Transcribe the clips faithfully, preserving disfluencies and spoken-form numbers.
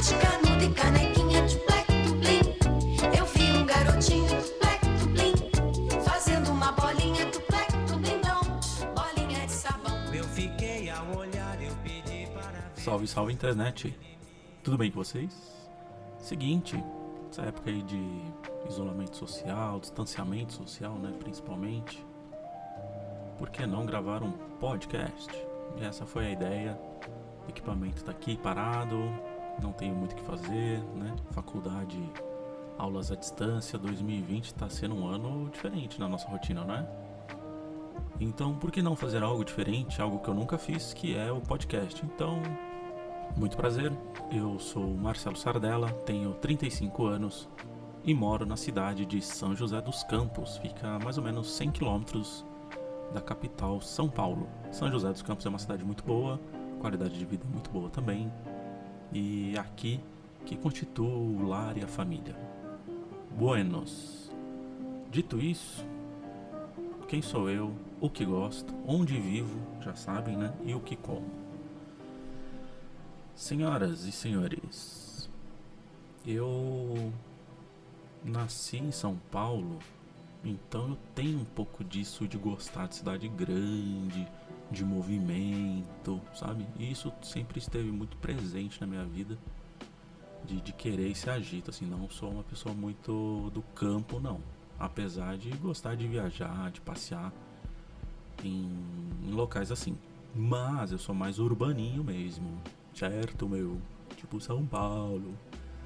de canudo e canequinha de black to bling. Eu vi um garotinho do black to bling, fazendo uma bolinha do black to blindão, bolinha de sabão. Eu fiquei a olhar, eu pedi para ver. Salve, salve internet! Tudo bem com vocês? Seguinte, essa época aí de isolamento social, distanciamento social, né, principalmente, por que não gravar um podcast? E essa foi a ideia. O equipamento tá aqui parado, não tenho muito o que fazer, né? Faculdade, aulas à distância, dois mil e vinte tá sendo um ano diferente na nossa rotina, não é? Então, por que não fazer algo diferente, algo que eu nunca fiz, que é o podcast? Então, muito prazer, eu sou o Marcelo Sardella, tenho trinta e cinco anos e moro na cidade de São José dos Campos, fica a mais ou menos cem quilômetros da capital, São Paulo. São José dos Campos é uma cidade muito boa, qualidade de vida muito boa também, e aqui que constitui o lar e a família. Buenos. Dito isso, quem sou eu, o que gosto, onde vivo, já sabem, né? E o que como. Senhoras e senhores, eu nasci em São Paulo, então eu tenho um pouco disso de gostar de cidade grande, de movimento, sabe? E isso sempre esteve muito presente na minha vida, de, de querer esse agito, assim, não sou uma pessoa muito do campo, não. Apesar de gostar de viajar, de passear em, em locais assim. Mas eu sou mais urbaninho mesmo, certo, meu? Tipo São Paulo.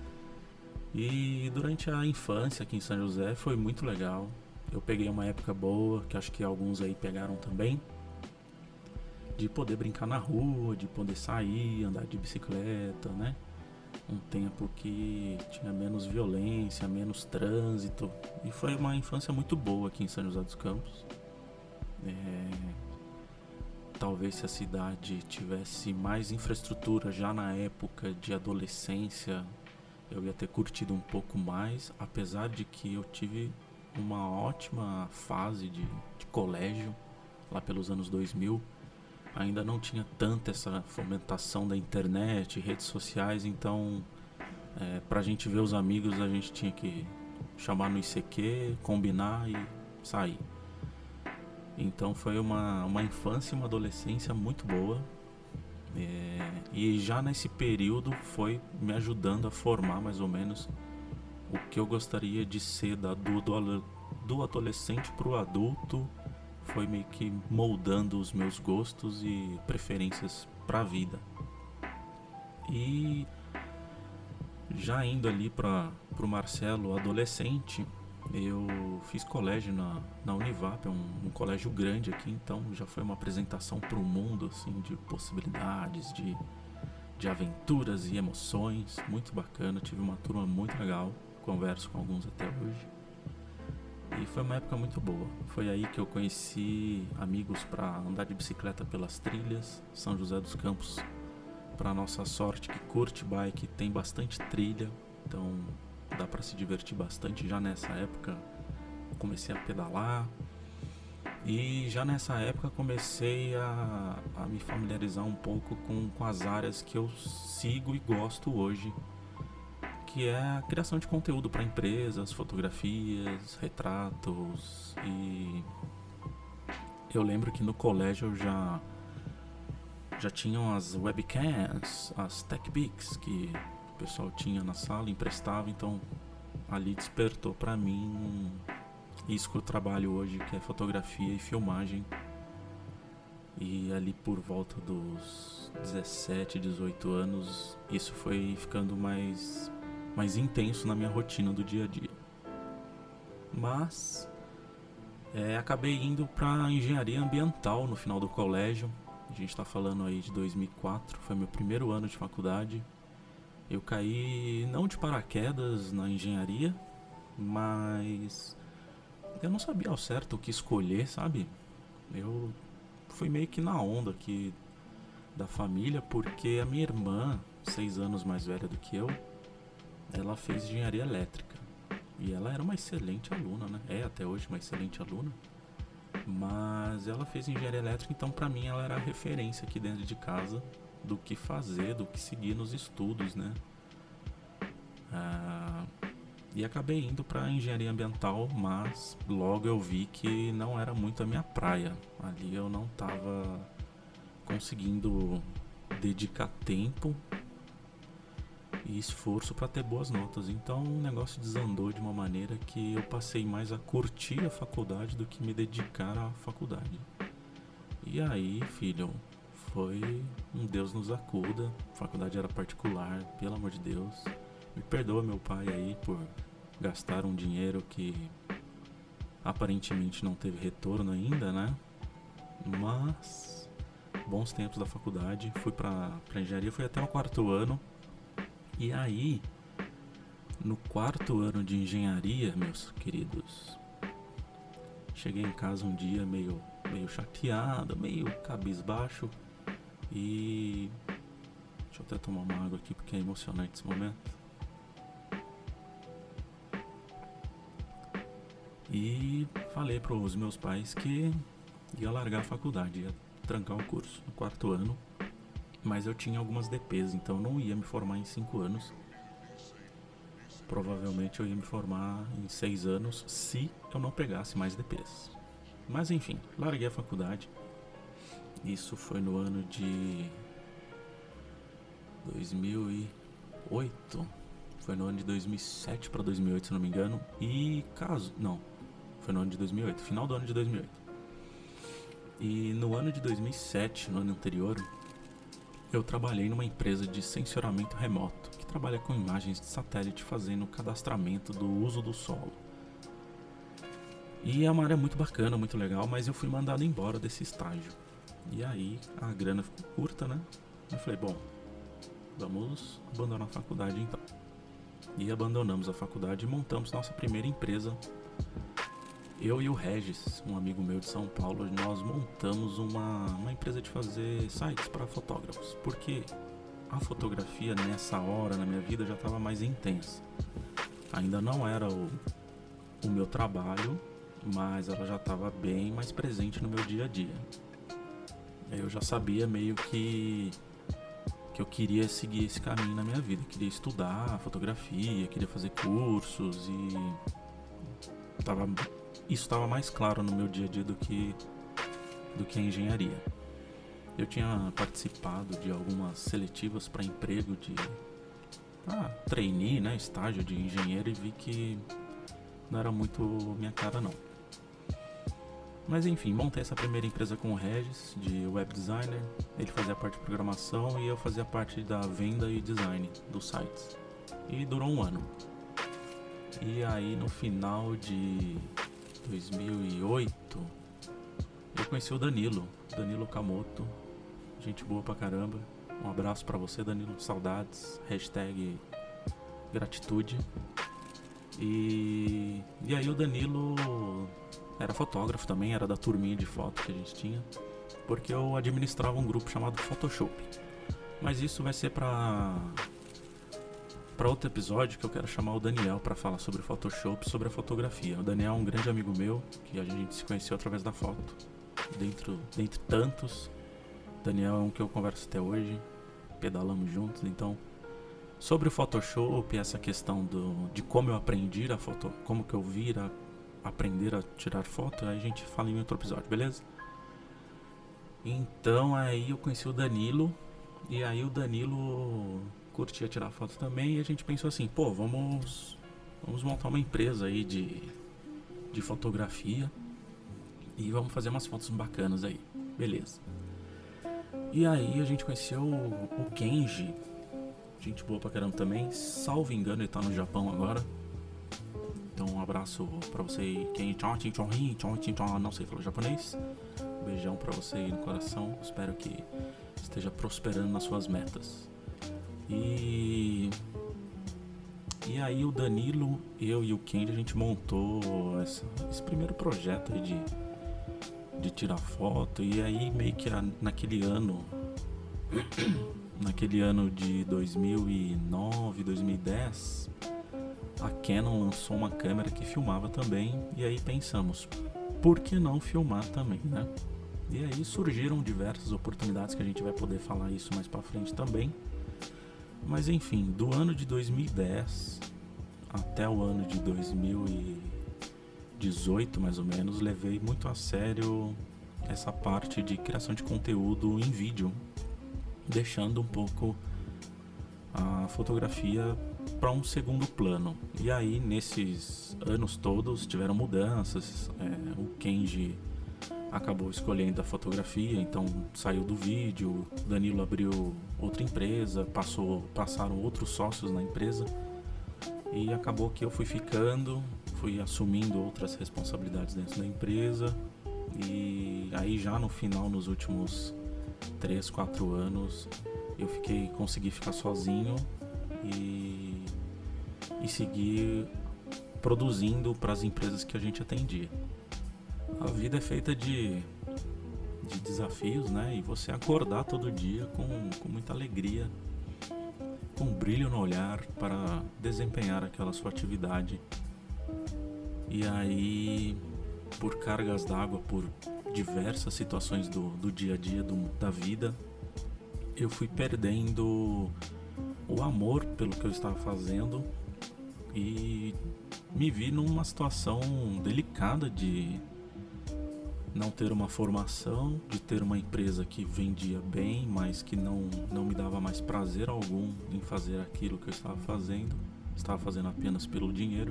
E durante a infância aqui em São José foi muito legal. Eu peguei uma época boa, que acho que alguns aí pegaram também, de poder brincar na rua, de poder sair, andar de bicicleta, né? Um tempo que tinha menos violência, menos trânsito. E foi uma infância muito boa aqui em São José dos Campos. É... Talvez se a cidade tivesse mais infraestrutura já na época de adolescência, eu ia ter curtido um pouco mais, apesar de que eu tive uma ótima fase de, de colégio, lá pelos anos dois mil. Ainda não tinha tanta essa fomentação da internet, redes sociais, então é, pra gente ver os amigos a gente tinha que chamar no I C Q, combinar e sair. Então foi uma, uma infância e uma adolescência muito boa. É, e já nesse período foi me ajudando a formar mais ou menos o que eu gostaria de ser da, do, do, do adolescente pro adulto. Foi meio que moldando os meus gostos e preferências pra vida. E já indo ali para pro Marcelo adolescente, eu fiz colégio na, na Univap, é um, um colégio grande aqui, então já foi uma apresentação pro mundo, assim, de possibilidades, de, de aventuras e emoções, muito bacana, tive uma turma muito legal, converso com alguns até hoje. E foi uma época muito boa. Foi aí que eu conheci amigos para andar de bicicleta pelas trilhas. São José dos Campos, para nossa sorte, que curte bike, tem bastante trilha. Então dá para se divertir bastante. Já nessa época comecei a pedalar. E já nessa época comecei a, a me familiarizar um pouco com, com as áreas que eu sigo e gosto hoje, que é a criação de conteúdo para empresas, fotografias, retratos. E eu lembro que no colégio eu já já tinham as webcams, as TechPix que o pessoal tinha na sala, emprestava, então ali despertou para mim isso que eu trabalho hoje, que é fotografia e filmagem. E ali por volta dos dezessete, dezoito anos, isso foi ficando mais mais intenso na minha rotina do dia a dia. Mas é, acabei indo para engenharia ambiental no final do colégio. A gente está falando aí de dois mil e quatro, foi meu primeiro ano de faculdade. Eu caí não de paraquedas na engenharia, mas eu não sabia ao certo o que escolher, sabe? Eu fui meio que na onda aqui da família, porque a minha irmã, seis anos mais velha do que eu, ela fez engenharia elétrica. E ela era uma excelente aluna, né? É até hoje uma excelente aluna. Mas ela fez engenharia elétrica, então pra mim ela era a referência aqui dentro de casa do que fazer, do que seguir nos estudos, né? Ah, e acabei indo para engenharia ambiental, mas logo eu vi que não era muito a minha praia. Ali eu não estava conseguindo dedicar tempo e esforço para ter boas notas. Então o negócio desandou de uma maneira que eu passei mais a curtir a faculdade do que me dedicar à faculdade. E aí, filho, foi um Deus nos acuda. A faculdade era particular, pelo amor de Deus. Me perdoa, meu pai, aí por gastar um dinheiro que aparentemente não teve retorno ainda, né? Mas bons tempos da faculdade. Fui pra, pra engenharia, fui até o quarto ano. E aí, no quarto ano de engenharia, meus queridos, cheguei em casa um dia meio, meio chateado, meio cabisbaixo. E deixa eu até tomar uma água aqui porque é emocionante esse momento. E falei para os meus pais que ia largar a faculdade, ia trancar o curso no quarto ano. Mas eu tinha algumas D Ps, então eu não ia me formar em cinco anos. Provavelmente eu ia me formar em seis anos se eu não pegasse mais D Ps. Mas enfim, larguei a faculdade. Isso foi no ano de dois mil e oito. Foi no ano de dois mil e sete para dois mil e oito, se não me engano. E caso... Não, foi no ano de dois mil e oito, final do ano de dois mil e oito. E no ano de dois mil e sete, no ano anterior, eu trabalhei numa empresa de sensoramento remoto, que trabalha com imagens de satélite fazendo cadastramento do uso do solo. E é uma área muito bacana, muito legal, mas eu fui mandado embora desse estágio. E aí a grana ficou curta, né? Eu falei, bom, vamos abandonar a faculdade então. E abandonamos a faculdade e montamos nossa primeira empresa. Eu e o Regis, um amigo meu de São Paulo, nós montamos uma, uma empresa de fazer sites para fotógrafos. Porque a fotografia nessa hora na minha vida já estava mais intensa. Ainda não era o, o meu trabalho, mas ela já estava bem mais presente no meu dia a dia. Eu já sabia meio que que eu queria seguir esse caminho na minha vida. Eu queria estudar fotografia, queria fazer cursos e tava, isso estava mais claro no meu dia a dia do que, do que a engenharia. Eu tinha participado de algumas seletivas para emprego de ah, trainee, né, estágio de engenheiro, e vi que não era muito minha cara não. Mas enfim, montei essa primeira empresa com o Regis, de web designer. Ele fazia a parte de programação e eu fazia a parte da venda e design dos sites. E durou um ano. E aí no final de dois mil e oito, eu conheci o Danilo, Danilo Camoto. Gente boa pra caramba. Um abraço pra você, Danilo, saudades. Hashtag gratitude. E, e aí o Danilo era fotógrafo também, era da turminha de foto que a gente tinha, porque eu administrava um grupo chamado Photoshop. Mas isso vai ser pra, pra outro episódio, que eu quero chamar o Daniel pra falar sobre Photoshop, sobre a fotografia. O Daniel é um grande amigo meu, que a gente se conheceu através da foto. Dentro, dentre tantos, Daniel é um que eu converso até hoje, pedalamos juntos. Então, sobre o Photoshop, essa questão do, de como eu aprendi a foto, como que eu vi a aprender a tirar foto, aí a gente fala em outro episódio, beleza? Então aí eu conheci o Danilo, e aí o Danilo curtia tirar foto também, e a gente pensou assim, pô, vamos, vamos montar uma empresa aí de, de fotografia e vamos fazer umas fotos bacanas aí, beleza? E aí a gente conheceu o, o Kenji, gente boa pra caramba também, salvo engano ele tá no Japão agora. Então um abraço pra você, quem não sei falar japonês. Um beijão pra você aí no coração. Espero que esteja prosperando nas suas metas. E e aí o Danilo, eu e o Kenji, a gente montou essa, esse primeiro projeto aí de, de tirar foto. E aí meio que a, naquele ano naquele ano de dois mil e nove, dois mil e dez, a Canon lançou uma câmera que filmava também, e aí pensamos, por que não filmar também, né? E aí surgiram diversas oportunidades que a gente vai poder falar isso mais pra frente também. Mas enfim, do ano de dois mil e dez até o ano de dois mil e dezoito, mais ou menos, levei muito a sério essa parte de criação de conteúdo em vídeo, deixando um pouco a fotografia para um segundo plano. E aí, nesses anos todos, tiveram mudanças. É, o Kenji acabou escolhendo a fotografia, então saiu do vídeo. Danilo abriu outra empresa, passou, passaram outros sócios na empresa, e acabou que eu fui ficando, fui assumindo outras responsabilidades dentro da empresa. E aí, já no final, nos últimos três, quatro anos, eu fiquei, consegui ficar sozinho e, e seguir produzindo para as empresas que a gente atendia. A vida é feita de, de desafios, né? E você acordar todo dia com, com muita alegria, com um brilho no olhar para desempenhar aquela sua atividade. E aí, por cargas d'água, por diversas situações do, do dia a dia, do, da vida, eu fui perdendo o amor pelo que eu estava fazendo e me vi numa situação delicada de não ter uma formação, de ter uma empresa que vendia bem, mas que não, não me dava mais prazer algum em fazer aquilo que eu estava fazendo, estava fazendo apenas pelo dinheiro.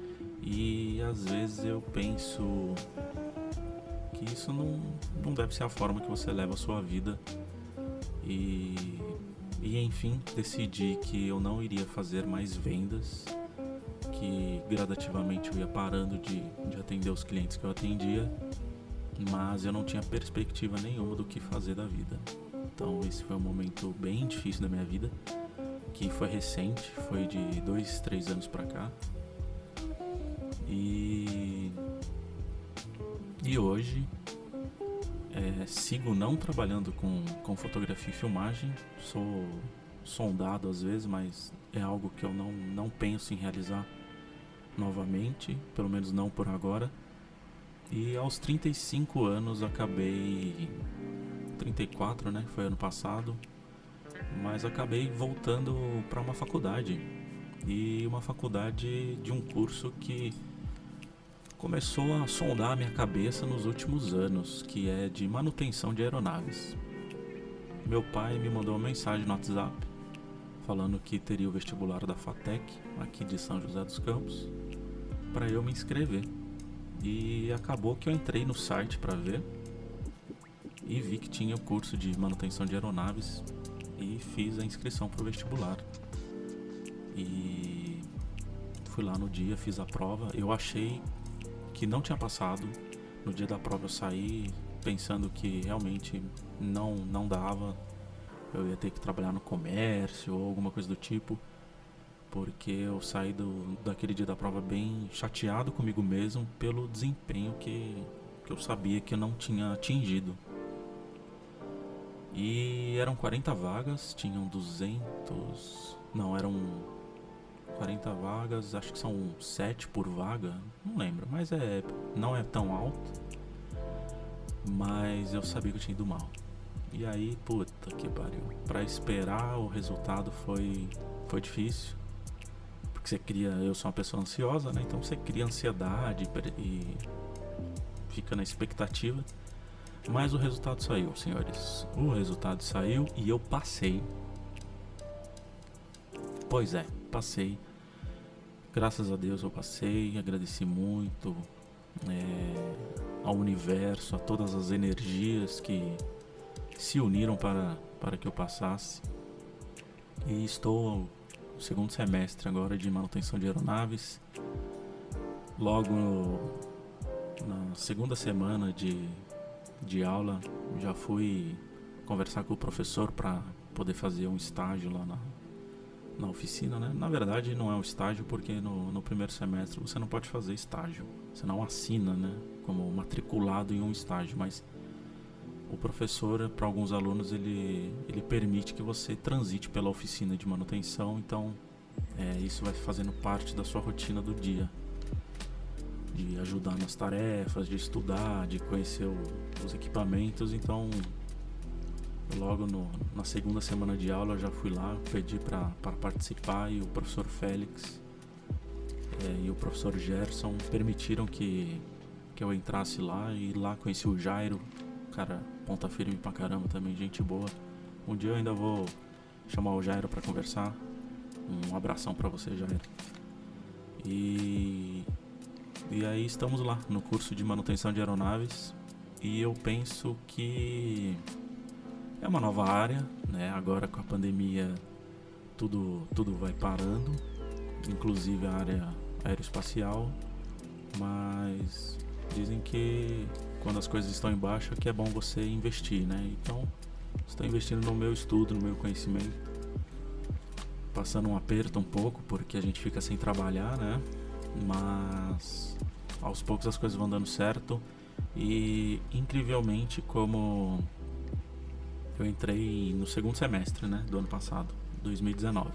E às vezes eu penso que isso não, não deve ser a forma que você leva a sua vida. E, e enfim, decidi que eu não iria fazer mais vendas, que gradativamente eu ia parando de, de atender os clientes que eu atendia, mas eu não tinha perspectiva nenhuma do que fazer da vida. Então esse foi um momento bem difícil da minha vida, que foi recente, foi de dois, três anos pra cá. E, e hoje é, sigo não trabalhando com, com fotografia e filmagem. Sou sondado às vezes, mas é algo que eu não, não penso em realizar novamente, pelo menos não por agora. E aos trinta e cinco anos acabei, trinta e quatro, né, foi ano passado, mas acabei voltando para uma faculdade, e uma faculdade de um curso que começou a sondar a minha cabeça nos últimos anos, que é de manutenção de aeronaves. Meu pai me mandou uma mensagem no WhatsApp falando que teria o vestibular da FATEC, aqui de São José dos Campos, para eu me inscrever. E acabou que eu entrei no site para ver e vi que tinha o curso de manutenção de aeronaves e fiz a inscrição para o vestibular. E fui lá no dia, fiz a prova. Eu achei que não tinha passado. No dia da prova eu saí pensando que realmente não, não dava. Eu ia ter que trabalhar no comércio ou alguma coisa do tipo, porque eu saí do, daquele dia da prova bem chateado comigo mesmo pelo desempenho que, que eu sabia que eu não tinha atingido. E eram quarenta vagas, tinham duzentos... Não, eram quarenta vagas, acho que são sete por vaga, não lembro, mas é, não é tão alto. Mas eu sabia que eu tinha ido mal. E aí, puta que pariu. Pra esperar o resultado foi, foi difícil. Porque você cria, eu sou uma pessoa ansiosa, né? Então você cria ansiedade e fica na expectativa. Mas o resultado saiu, senhores. O resultado saiu e eu passei. Pois é, passei. Graças a Deus eu passei. Agradeci muito é, ao universo, a todas as energias que se uniram para, para que eu passasse. E estou no segundo semestre agora de manutenção de aeronaves. Logo no, na segunda semana de, de aula já fui conversar com o professor para poder fazer um estágio lá na, na oficina, né? Na verdade não é um estágio porque no, no primeiro semestre você não pode fazer estágio. Você não assina, né, como matriculado em um estágio, mas o professor, para alguns alunos, ele, ele permite que você transite pela oficina de manutenção. Então é, isso vai fazendo parte da sua rotina do dia, de ajudar nas tarefas, de estudar, de conhecer o, os equipamentos. Então Logo no, na segunda semana de aula eu já fui lá, pedi para participar, e o professor Félix é, e o professor Gerson permitiram que, que eu entrasse lá, e lá conheci o Jairo, cara, ponta firme pra caramba também, gente boa. Um dia eu ainda vou chamar o Jairo para conversar. Um abração para você, Jairo. E, e aí estamos lá no curso de manutenção de aeronaves, e eu penso que é uma nova área, né? Agora com a pandemia tudo, tudo vai parando, inclusive a área aeroespacial, mas dizem que quando as coisas estão em baixa que é bom você investir, né? Então estou investindo no meu estudo, no meu conhecimento, passando um aperto um pouco porque a gente fica sem trabalhar, né? Mas aos poucos as coisas vão dando certo, e incrivelmente como eu entrei no segundo semestre, né, do ano passado, dois mil e dezenove,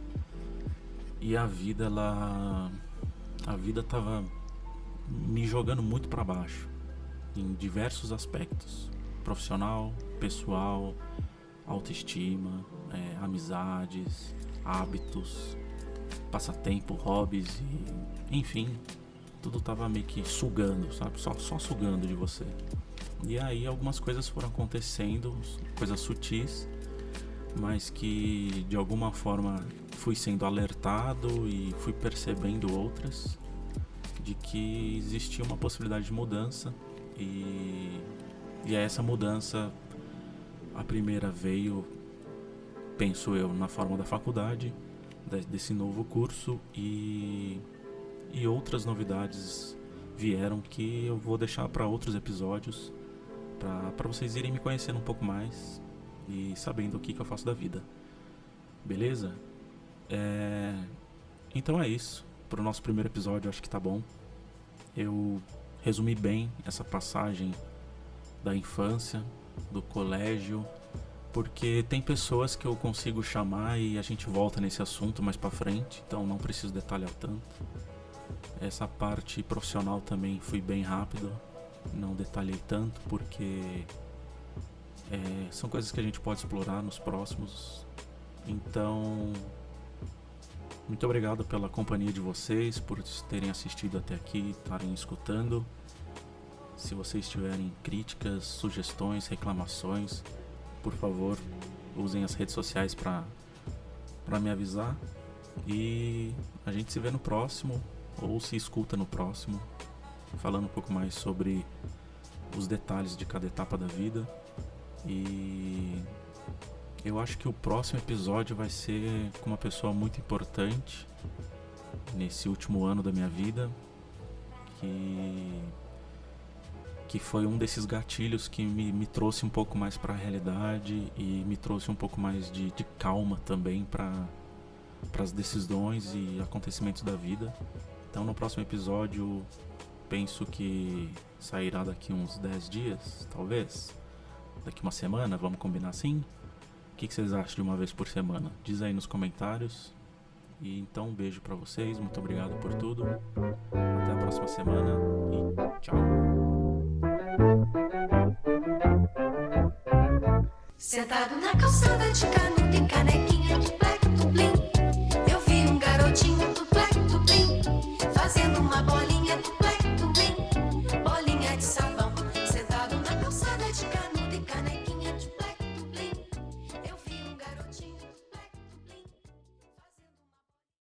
e a vida ela a vida tava me jogando muito para baixo em diversos aspectos: profissional, pessoal, autoestima, é, amizades, hábitos, passatempo, hobbies, e, enfim, tudo tava meio que sugando, sabe? Só, só sugando de você. E aí algumas coisas foram acontecendo, coisas sutis, mas que de alguma forma fui sendo alertado e fui percebendo outras, de que existia uma possibilidade de mudança, e, e essa mudança, a primeira veio, penso eu, na forma da faculdade, desse novo curso, e, e outras novidades vieram que eu vou deixar para outros episódios, para vocês irem me conhecendo um pouco mais e sabendo o que, que eu faço da vida. Beleza? É... Então é isso. Para o nosso primeiro episódio, acho que tá bom. Eu resumi bem essa passagem da infância, do colégio, porque tem pessoas que eu consigo chamar e a gente volta nesse assunto mais pra frente, então não preciso detalhar tanto. Essa parte profissional também fui bem rápido, não detalhei tanto, porque é, são coisas que a gente pode explorar nos próximos. Então, muito obrigado pela companhia de vocês, por terem assistido até aqui, estarem escutando. Se vocês tiverem críticas, sugestões, reclamações, por favor, usem as redes sociais para para me avisar, e a gente se vê no próximo, ou se escuta no próximo, falando um pouco mais sobre os detalhes de cada etapa da vida. E eu acho que o próximo episódio vai ser com uma pessoa muito importante nesse último ano da minha vida, que que foi um desses gatilhos que me, me trouxe um pouco mais para a realidade e me trouxe um pouco mais de, de calma também para as decisões e acontecimentos da vida. Então no próximo episódio, penso que sairá daqui uns dez dias, talvez, daqui uma semana, vamos combinar assim? O que, que vocês acham de uma vez por semana? Diz aí nos comentários. E então um beijo para vocês, muito obrigado por tudo, até a próxima semana e tchau. Sentado na calçada de canudo em canequinha de black to bling.